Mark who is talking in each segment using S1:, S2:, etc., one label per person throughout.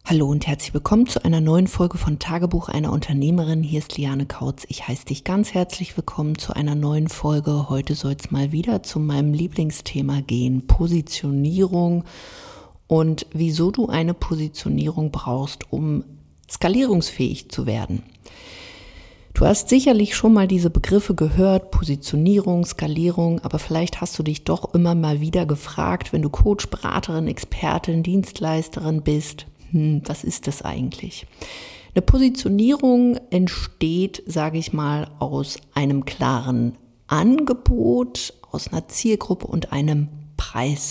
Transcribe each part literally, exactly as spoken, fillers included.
S1: Hallo und herzlich willkommen zu einer neuen Folge von Tagebuch einer Unternehmerin. Hier ist Liane Kautz. Ich heiße dich ganz herzlich willkommen zu einer neuen Folge. Heute soll es mal wieder zu meinem Lieblingsthema gehen, Positionierung und wieso du eine Positionierung brauchst, um skalierungsfähig zu werden. Du hast sicherlich schon mal diese Begriffe gehört, Positionierung, Skalierung, aber vielleicht hast du dich doch immer mal wieder gefragt, wenn du Coach, Beraterin, Expertin, Dienstleisterin bist, hm, was ist das eigentlich? Eine Positionierung entsteht, sage ich mal, aus einem klaren Angebot, aus einer Zielgruppe und einem Preis.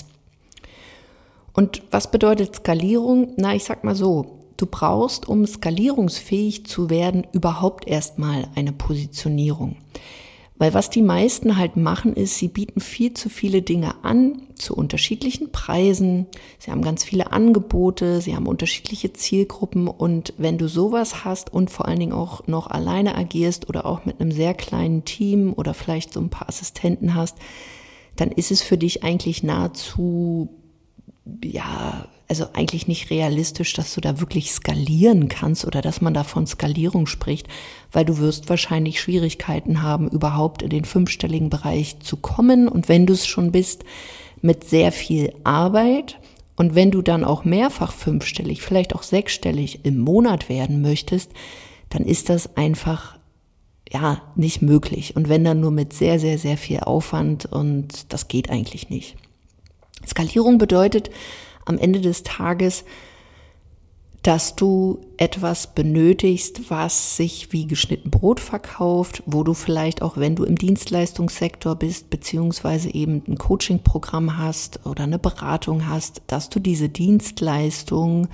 S1: Und was bedeutet Skalierung? Na, ich sag mal so, du brauchst, um skalierungsfähig zu werden, überhaupt erstmal eine Positionierung. Weil was die meisten halt machen, ist, sie bieten viel zu viele Dinge an, zu unterschiedlichen Preisen. Sie haben ganz viele Angebote, sie haben unterschiedliche Zielgruppen. Und wenn du sowas hast und vor allen Dingen auch noch alleine agierst oder auch mit einem sehr kleinen Team oder vielleicht so ein paar Assistenten hast, dann ist es für dich eigentlich nahezu, ja, also eigentlich nicht realistisch, dass du da wirklich skalieren kannst oder dass man da von Skalierung spricht, weil du wirst wahrscheinlich Schwierigkeiten haben, überhaupt in den fünfstelligen Bereich zu kommen. Und wenn du es schon bist, mit sehr viel Arbeit und wenn du dann auch mehrfach fünfstellig, vielleicht auch sechsstellig im Monat werden möchtest, dann ist das einfach ja nicht möglich. Und wenn dann nur mit sehr, sehr, sehr viel Aufwand und das geht eigentlich nicht. Skalierung bedeutet am Ende des Tages, dass du etwas benötigst, was sich wie geschnitten Brot verkauft, wo du vielleicht auch, wenn du im Dienstleistungssektor bist, beziehungsweise eben ein Coaching-Programm hast oder eine Beratung hast, dass du diese Dienstleistung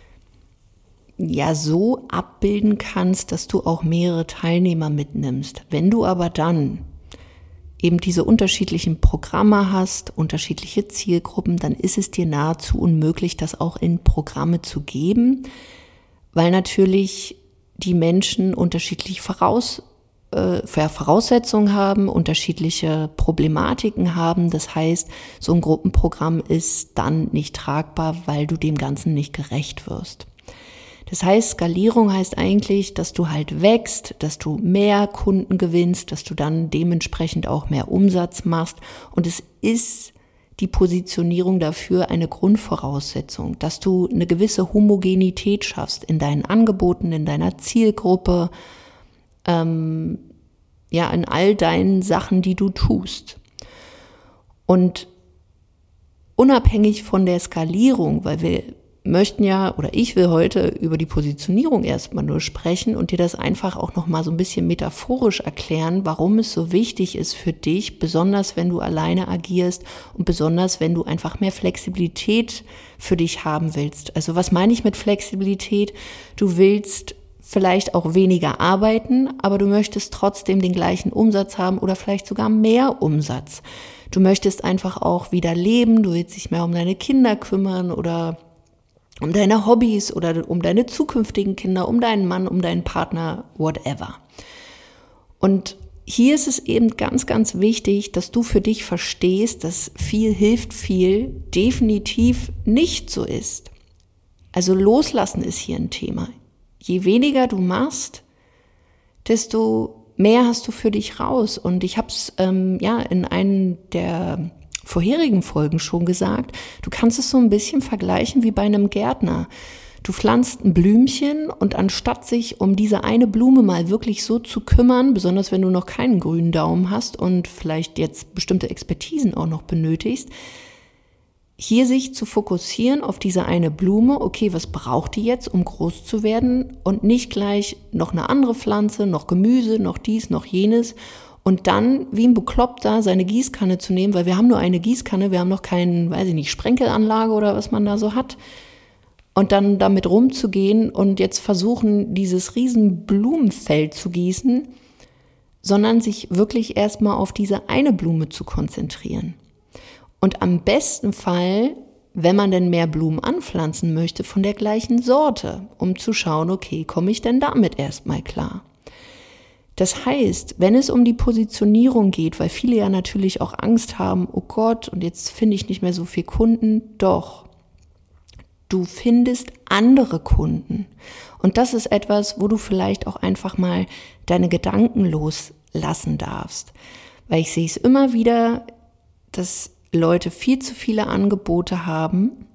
S1: ja so abbilden kannst, dass du auch mehrere Teilnehmer mitnimmst. Wenn du aber dann eben diese unterschiedlichen Programme hast, unterschiedliche Zielgruppen, dann ist es dir nahezu unmöglich, das auch in Programme zu geben, weil natürlich die Menschen unterschiedliche Voraus, äh, Voraussetzungen haben, unterschiedliche Problematiken haben. Das heißt, so ein Gruppenprogramm ist dann nicht tragbar, weil du dem Ganzen nicht gerecht wirst. Das heißt, Skalierung heißt eigentlich, dass du halt wächst, dass du mehr Kunden gewinnst, dass du dann dementsprechend auch mehr Umsatz machst. Und es ist die Positionierung dafür eine Grundvoraussetzung, dass du eine gewisse Homogenität schaffst in deinen Angeboten, in deiner Zielgruppe, ähm, ja, in all deinen Sachen, die du tust. Und unabhängig von der Skalierung, weil wir möchten ja, oder ich will heute über die Positionierung erstmal nur sprechen und dir das einfach auch nochmal so ein bisschen metaphorisch erklären, warum es so wichtig ist für dich, besonders wenn du alleine agierst und besonders wenn du einfach mehr Flexibilität für dich haben willst. Also was meine ich mit Flexibilität? Du willst vielleicht auch weniger arbeiten, aber du möchtest trotzdem den gleichen Umsatz haben oder vielleicht sogar mehr Umsatz. Du möchtest einfach auch wieder leben, du willst dich mehr um deine Kinder kümmern oder um deine Hobbys oder um deine zukünftigen Kinder, um deinen Mann, um deinen Partner, whatever. Und hier ist es eben ganz, ganz wichtig, dass du für dich verstehst, dass viel hilft viel definitiv nicht so ist. Also loslassen ist hier ein Thema. Je weniger du machst, desto mehr hast du für dich raus. Und ich habe es ähm, ja in einem der vorherigen Folgen schon gesagt, du kannst es so ein bisschen vergleichen wie bei einem Gärtner. Du pflanzt ein Blümchen und anstatt sich um diese eine Blume mal wirklich so zu kümmern, besonders wenn du noch keinen grünen Daumen hast und vielleicht jetzt bestimmte Expertisen auch noch benötigst, hier sich zu fokussieren auf diese eine Blume, okay, was braucht die jetzt, um groß zu werden und nicht gleich noch eine andere Pflanze, noch Gemüse, noch dies, noch jenes. Und dann wie ein Bekloppter seine Gießkanne zu nehmen, weil wir haben nur eine Gießkanne, wir haben noch keine, weiß ich nicht, Sprenkelanlage oder was man da so hat. Und dann damit rumzugehen und jetzt versuchen, dieses riesen Blumenfeld zu gießen, sondern sich wirklich erstmal auf diese eine Blume zu konzentrieren. Und am besten Fall, wenn man denn mehr Blumen anpflanzen möchte, von der gleichen Sorte, um zu schauen, okay, komme ich denn damit erstmal klar? Das heißt, wenn es um die Positionierung geht, weil viele ja natürlich auch Angst haben, oh Gott, und jetzt finde ich nicht mehr so viel Kunden, doch. Du findest andere Kunden. Und das ist etwas, wo du vielleicht auch einfach mal deine Gedanken loslassen darfst. Weil ich sehe es immer wieder, dass Leute viel zu viele Angebote haben,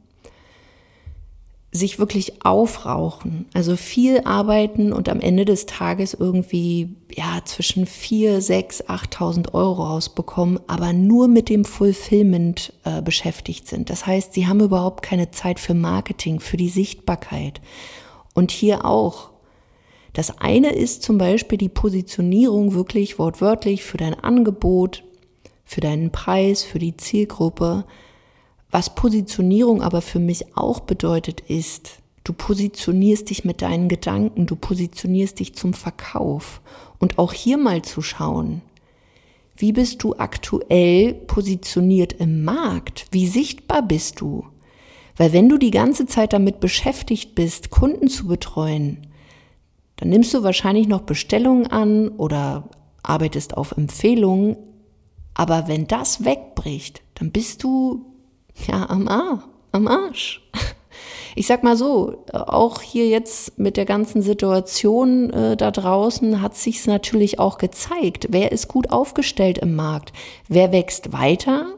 S1: sich wirklich aufrauchen, also viel arbeiten und am Ende des Tages irgendwie ja zwischen vier, sechs, achttausend Euro rausbekommen, aber nur mit dem Fulfillment äh, beschäftigt sind. Das heißt, sie haben überhaupt keine Zeit für Marketing, für die Sichtbarkeit. Und hier auch. Das eine ist zum Beispiel die Positionierung wirklich wortwörtlich für dein Angebot, für deinen Preis, für die Zielgruppe. Was Positionierung aber für mich auch bedeutet ist, du positionierst dich mit deinen Gedanken, du positionierst dich zum Verkauf. Und auch hier mal zu schauen, wie bist du aktuell positioniert im Markt? Wie sichtbar bist du? Weil wenn du die ganze Zeit damit beschäftigt bist, Kunden zu betreuen, dann nimmst du wahrscheinlich noch Bestellungen an oder arbeitest auf Empfehlungen. Aber wenn das wegbricht, dann bist du ja am A, am Arsch. Ich sag mal so, auch hier jetzt mit der ganzen Situation äh, da draußen hat sich's natürlich auch gezeigt. Wer ist gut aufgestellt im Markt? Wer wächst weiter?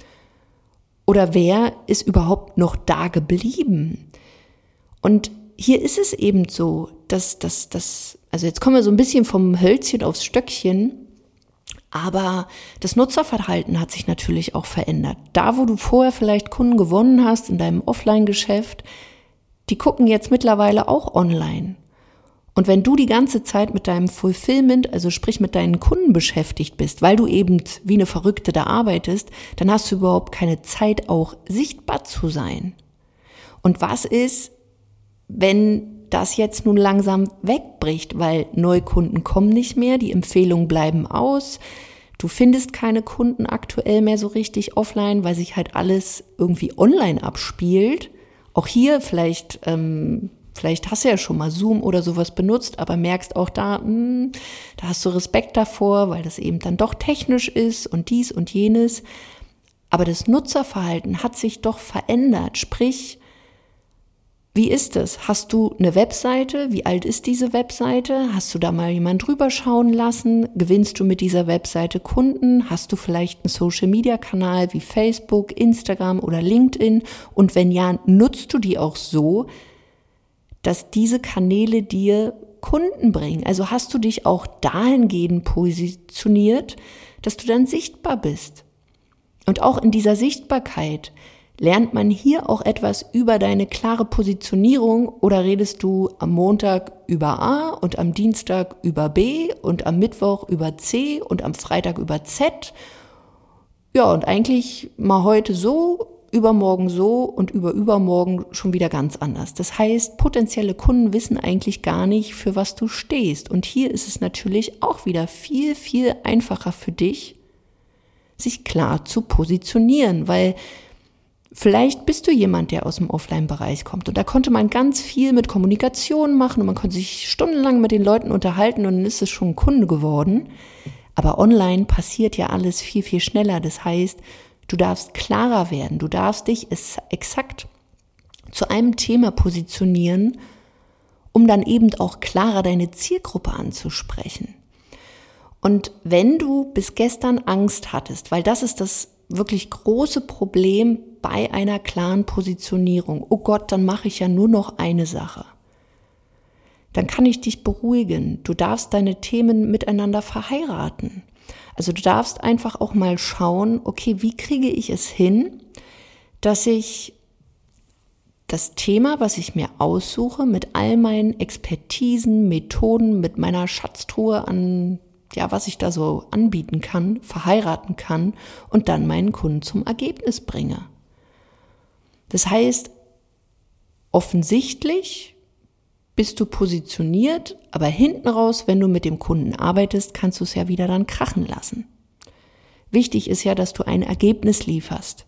S1: Oder wer ist überhaupt noch da geblieben? Und hier ist es eben so, dass das, das, also jetzt kommen wir so ein bisschen vom Hölzchen aufs Stöckchen. Aber das Nutzerverhalten hat sich natürlich auch verändert. Da, wo du vorher vielleicht Kunden gewonnen hast in deinem Offline-Geschäft, die gucken jetzt mittlerweile auch online. Und wenn du die ganze Zeit mit deinem Fulfillment, also sprich mit deinen Kunden beschäftigt bist, weil du eben wie eine Verrückte da arbeitest, dann hast du überhaupt keine Zeit, auch sichtbar zu sein. Und was ist, wenn das jetzt nun langsam wegbricht, weil Neukunden kommen nicht mehr, die Empfehlungen bleiben aus, du findest keine Kunden aktuell mehr so richtig offline, weil sich halt alles irgendwie online abspielt. Auch hier vielleicht, ähm, vielleicht hast du ja schon mal Zoom oder sowas benutzt, aber merkst auch da, mh, da hast du Respekt davor, weil das eben dann doch technisch ist und dies und jenes. Aber das Nutzerverhalten hat sich doch verändert, sprich, wie ist es? Hast du eine Webseite? Wie alt ist diese Webseite? Hast du da mal jemand drüber schauen lassen? Gewinnst du mit dieser Webseite Kunden? Hast du vielleicht einen Social-Media-Kanal wie Facebook, Instagram oder LinkedIn? Und wenn ja, nutzt du die auch so, dass diese Kanäle dir Kunden bringen? Also hast du dich auch dahingehend positioniert, dass du dann sichtbar bist? Und auch in dieser Sichtbarkeit lernt man hier auch etwas über deine klare Positionierung oder redest du am Montag über A und am Dienstag über B und am Mittwoch über C und am Freitag über Z? Ja, und eigentlich mal heute so, übermorgen so und über übermorgen schon wieder ganz anders. Das heißt, potenzielle Kunden wissen eigentlich gar nicht, für was du stehst. Und hier ist es natürlich auch wieder viel, viel einfacher für dich, sich klar zu positionieren, weil vielleicht bist du jemand, der aus dem Offline-Bereich kommt und da konnte man ganz viel mit Kommunikation machen und man konnte sich stundenlang mit den Leuten unterhalten und dann ist es schon ein Kunde geworden. Aber online passiert ja alles viel, viel schneller. Das heißt, du darfst klarer werden, du darfst dich exakt zu einem Thema positionieren, um dann eben auch klarer deine Zielgruppe anzusprechen. Und wenn du bis gestern Angst hattest, weil das ist das wirklich große Problem bei einer klaren Positionierung. Oh Gott, dann mache ich ja nur noch eine Sache. Dann kann ich dich beruhigen. Du darfst deine Themen miteinander verheiraten. Also du darfst einfach auch mal schauen, okay, wie kriege ich es hin, dass ich das Thema, was ich mir aussuche, mit all meinen Expertisen, Methoden, mit meiner Schatztruhe an ja, was ich da so anbieten kann, verheiraten kann und dann meinen Kunden zum Ergebnis bringe. Das heißt, offensichtlich bist du positioniert, aber hinten raus, wenn du mit dem Kunden arbeitest, kannst du es ja wieder dann krachen lassen. Wichtig ist ja, dass du ein Ergebnis lieferst.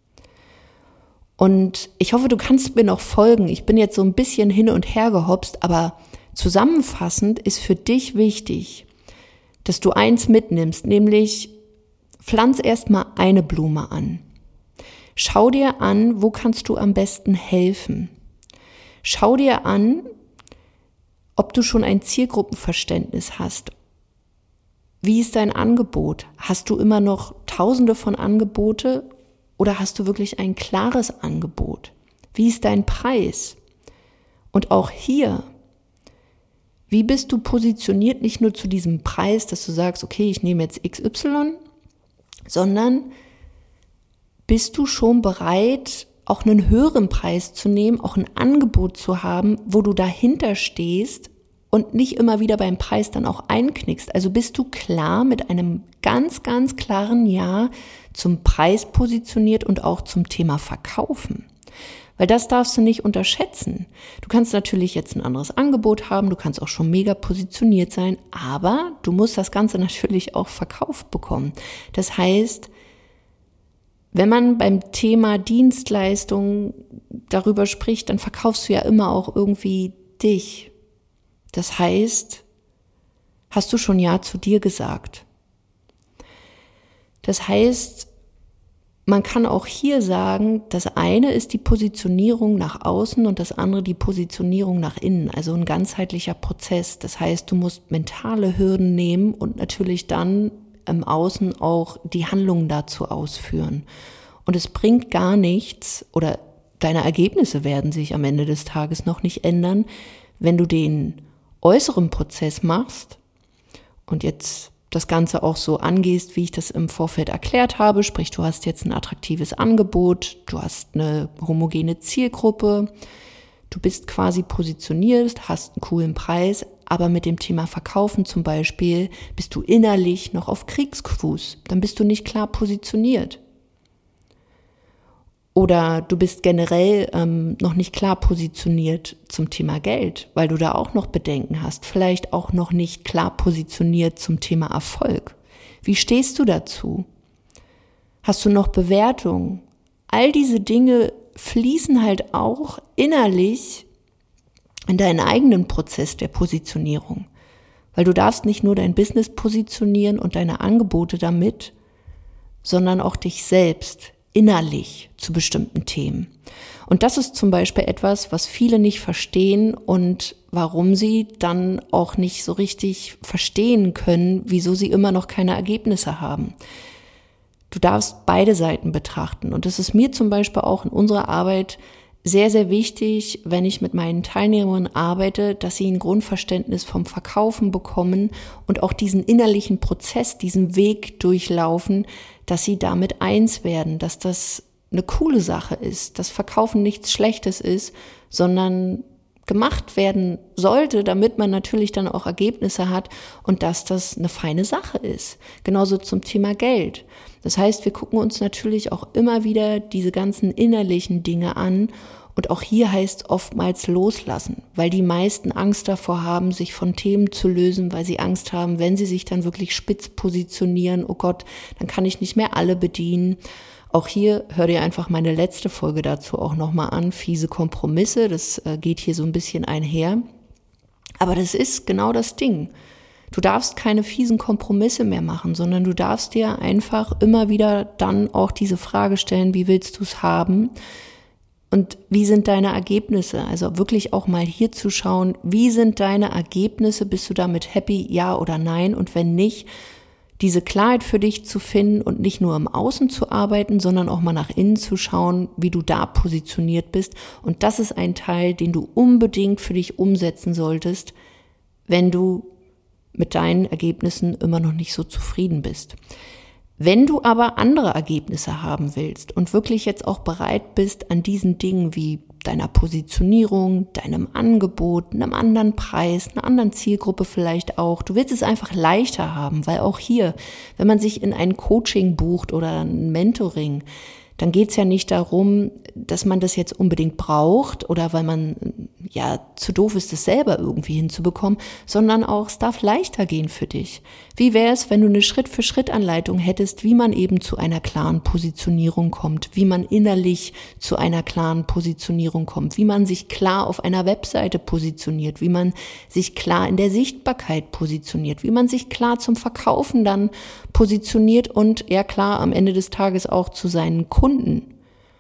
S1: Und ich hoffe, du kannst mir noch folgen. Ich bin jetzt so ein bisschen hin und her gehopst, aber zusammenfassend ist für dich wichtig, dass du eins mitnimmst, nämlich pflanz erstmal eine Blume an. Schau dir an, wo kannst du am besten helfen. Schau dir an, ob du schon ein Zielgruppenverständnis hast. Wie ist dein Angebot? Hast du immer noch tausende von Angebote oder hast du wirklich ein klares Angebot? Wie ist dein Preis? Und auch hier, wie bist du positioniert, nicht nur zu diesem Preis, dass du sagst, okay, ich nehme jetzt X Y, sondern bist du schon bereit, auch einen höheren Preis zu nehmen, auch ein Angebot zu haben, wo du dahinter stehst und nicht immer wieder beim Preis dann auch einknickst. Also bist du klar mit einem ganz, ganz klaren Ja zum Preis positioniert und auch zum Thema Verkaufen. Weil das darfst du nicht unterschätzen. Du kannst natürlich jetzt ein anderes Angebot haben, du kannst auch schon mega positioniert sein, aber du musst das Ganze natürlich auch verkauft bekommen. Das heißt, wenn man beim Thema Dienstleistung darüber spricht, dann verkaufst du ja immer auch irgendwie dich. Das heißt, hast du schon Ja zu dir gesagt. Das heißt, man kann auch hier sagen, das eine ist die Positionierung nach außen und das andere die Positionierung nach innen, also ein ganzheitlicher Prozess. Das heißt, du musst mentale Hürden nehmen und natürlich dann im Außen auch die Handlungen dazu ausführen. Und es bringt gar nichts oder deine Ergebnisse werden sich am Ende des Tages noch nicht ändern, wenn du den äußeren Prozess machst und jetzt das Ganze auch so angehst, wie ich das im Vorfeld erklärt habe, sprich du hast jetzt ein attraktives Angebot, du hast eine homogene Zielgruppe, du bist quasi positioniert, hast einen coolen Preis, aber mit dem Thema Verkaufen zum Beispiel bist du innerlich noch auf Kriegsfuß, dann bist du nicht klar positioniert. Oder du bist generell ähm, noch nicht klar positioniert zum Thema Geld, weil du da auch noch Bedenken hast. Vielleicht auch noch nicht klar positioniert zum Thema Erfolg. Wie stehst du dazu? Hast du noch Bewertungen? All diese Dinge fließen halt auch innerlich in deinen eigenen Prozess der Positionierung. Weil du darfst nicht nur dein Business positionieren und deine Angebote damit, sondern auch dich selbst innerlich zu bestimmten Themen. Und das ist zum Beispiel etwas, was viele nicht verstehen und warum sie dann auch nicht so richtig verstehen können, wieso sie immer noch keine Ergebnisse haben. Du darfst beide Seiten betrachten. Und das ist mir zum Beispiel auch in unserer Arbeit sehr, sehr wichtig, wenn ich mit meinen Teilnehmern arbeite, dass sie ein Grundverständnis vom Verkaufen bekommen und auch diesen innerlichen Prozess, diesen Weg durchlaufen, dass sie damit eins werden, dass das eine coole Sache ist, dass Verkaufen nichts Schlechtes ist, sondern gemacht werden sollte, damit man natürlich dann auch Ergebnisse hat und dass das eine feine Sache ist. Genauso zum Thema Geld. Das heißt, wir gucken uns natürlich auch immer wieder diese ganzen innerlichen Dinge an und auch hier heißt oftmals loslassen, weil die meisten Angst davor haben, sich von Themen zu lösen, weil sie Angst haben, wenn sie sich dann wirklich spitz positionieren, oh Gott, dann kann ich nicht mehr alle bedienen. Auch hier hör dir einfach meine letzte Folge dazu auch nochmal an, fiese Kompromisse, das äh, geht hier so ein bisschen einher. Aber das ist genau das Ding. Du darfst keine fiesen Kompromisse mehr machen, sondern du darfst dir einfach immer wieder dann auch diese Frage stellen, wie willst du es haben und wie sind deine Ergebnisse? Also wirklich auch mal hier zu schauen, wie sind deine Ergebnisse, bist du damit happy, ja oder nein? Und wenn nicht, diese Klarheit für dich zu finden und nicht nur im Außen zu arbeiten, sondern auch mal nach innen zu schauen, wie du da positioniert bist. Und das ist ein Teil, den du unbedingt für dich umsetzen solltest, wenn du mit deinen Ergebnissen immer noch nicht so zufrieden bist. Wenn du aber andere Ergebnisse haben willst und wirklich jetzt auch bereit bist, an diesen Dingen wie deiner Positionierung, deinem Angebot, einem anderen Preis, einer anderen Zielgruppe vielleicht auch, du willst es einfach leichter haben, weil auch hier, wenn man sich in ein Coaching bucht oder ein Mentoring, dann geht es ja nicht darum, dass man das jetzt unbedingt braucht oder weil man ja zu doof ist, das selber irgendwie hinzubekommen, sondern auch, es darf leichter gehen für dich. Wie wäre es, wenn du eine Schritt-für-Schritt-Anleitung hättest, wie man eben zu einer klaren Positionierung kommt, wie man innerlich zu einer klaren Positionierung kommt, wie man sich klar auf einer Webseite positioniert, wie man sich klar in der Sichtbarkeit positioniert, wie man sich klar zum Verkaufen dann positioniert und ja klar am Ende des Tages auch zu seinen Kunden.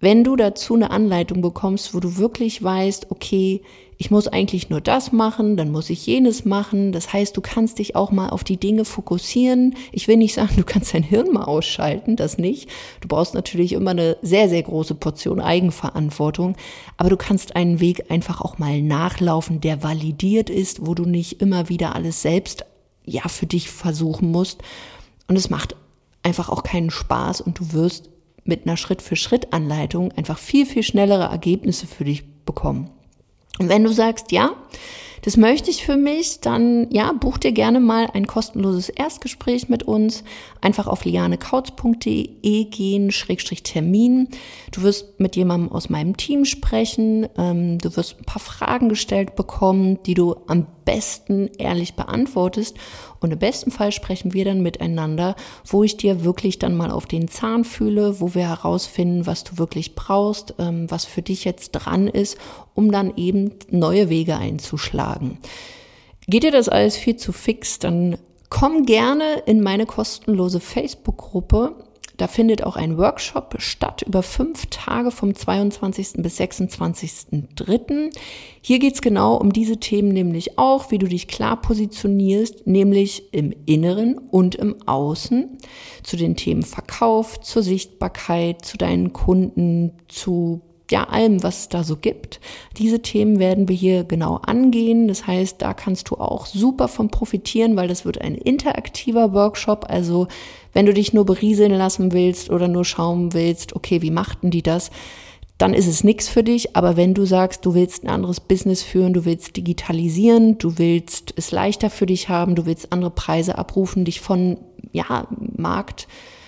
S1: wenn du dazu eine Anleitung bekommst, wo du wirklich weißt, okay, ich muss eigentlich nur das machen, dann muss ich jenes machen. Das heißt, du kannst dich auch mal auf die Dinge fokussieren. Ich will nicht sagen, du kannst dein Hirn mal ausschalten, das nicht. Du brauchst natürlich immer eine sehr, sehr große Portion Eigenverantwortung. Aber du kannst einen Weg einfach auch mal nachlaufen, der validiert ist, wo du nicht immer wieder alles selbst ja für dich versuchen musst. Und es macht einfach auch keinen Spaß und du wirst mit einer Schritt-für-Schritt-Anleitung einfach viel, viel schnellere Ergebnisse für dich bekommen. Und wenn du sagst, ja, das möchte ich für mich, dann ja, buch dir gerne mal ein kostenloses Erstgespräch mit uns. Einfach auf lianekautz punkt de gehen, Schrägstrich Termin. Du wirst mit jemandem aus meinem Team sprechen. Ähm, du wirst ein paar Fragen gestellt bekommen, die du am besten ehrlich beantwortest. Und im besten Fall sprechen wir dann miteinander, wo ich dir wirklich dann mal auf den Zahn fühle, wo wir herausfinden, was du wirklich brauchst, ähm, was für dich jetzt dran ist, um dann eben neue Wege einzuschlagen. Geht dir das alles viel zu fix, dann komm gerne in meine kostenlose Facebook-Gruppe. Da findet auch ein Workshop statt über fünf Tage vom zweiundzwanzigsten bis sechsundzwanzigsten dritten Hier geht's genau um diese Themen nämlich auch, wie du dich klar positionierst, nämlich im Inneren und im Außen, zu den Themen Verkauf, zur Sichtbarkeit, zu deinen Kunden, zu ja, allem, was es da so gibt. Diese Themen werden wir hier genau angehen. Das heißt, da kannst du auch super von profitieren, weil das wird ein interaktiver Workshop. Also wenn du dich nur berieseln lassen willst oder nur schauen willst, okay, wie machten die das, dann ist es nichts für dich. Aber wenn du sagst, du willst ein anderes Business führen, du willst digitalisieren, du willst es leichter für dich haben, du willst andere Preise abrufen, dich von ja, Markt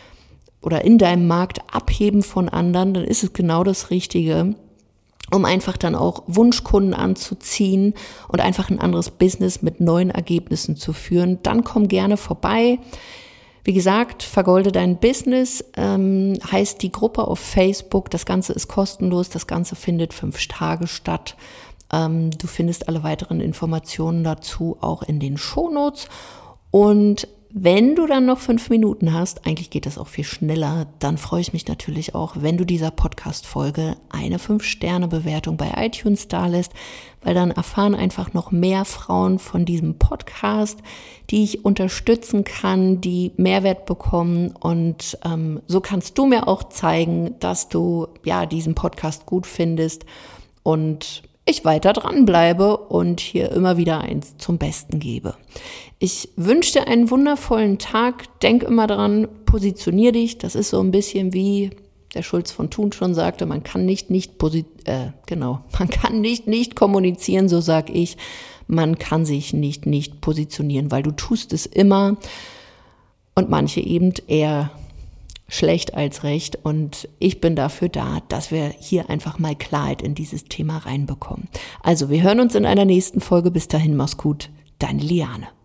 S1: oder in deinem Markt abheben von anderen, dann ist es genau das Richtige, um einfach dann auch Wunschkunden anzuziehen und einfach ein anderes Business mit neuen Ergebnissen zu führen. Dann komm gerne vorbei. Wie gesagt, vergolde dein Business, ähm, heißt die Gruppe auf Facebook. Das Ganze ist kostenlos, das Ganze findet fünf Tage statt. Ähm, du findest alle weiteren Informationen dazu auch in den Shownotes. Und wenn du dann noch fünf Minuten hast, eigentlich geht das auch viel schneller, dann freue ich mich natürlich auch, wenn du dieser Podcast-Folge eine fünf Sterne Bewertung bei iTunes dalässt, weil dann erfahren einfach noch mehr Frauen von diesem Podcast, die ich unterstützen kann, die Mehrwert bekommen und ähm, so kannst du mir auch zeigen, dass du ja diesen Podcast gut findest und ich weiter dranbleibe und hier immer wieder eins zum Besten gebe. Ich wünsche dir einen wundervollen Tag. Denk immer dran, positionier dich. Das ist so ein bisschen wie der Schulz von Thun schon sagte, man kann nicht nicht posi- äh, genau, man kann nicht nicht kommunizieren, so sag ich. Man kann sich nicht nicht positionieren, weil du tust es immer und manche eben eher schlecht als recht und ich bin dafür da, dass wir hier einfach mal Klarheit in dieses Thema reinbekommen. Also wir hören uns in einer nächsten Folge. Bis dahin, mach's gut, deine Liane.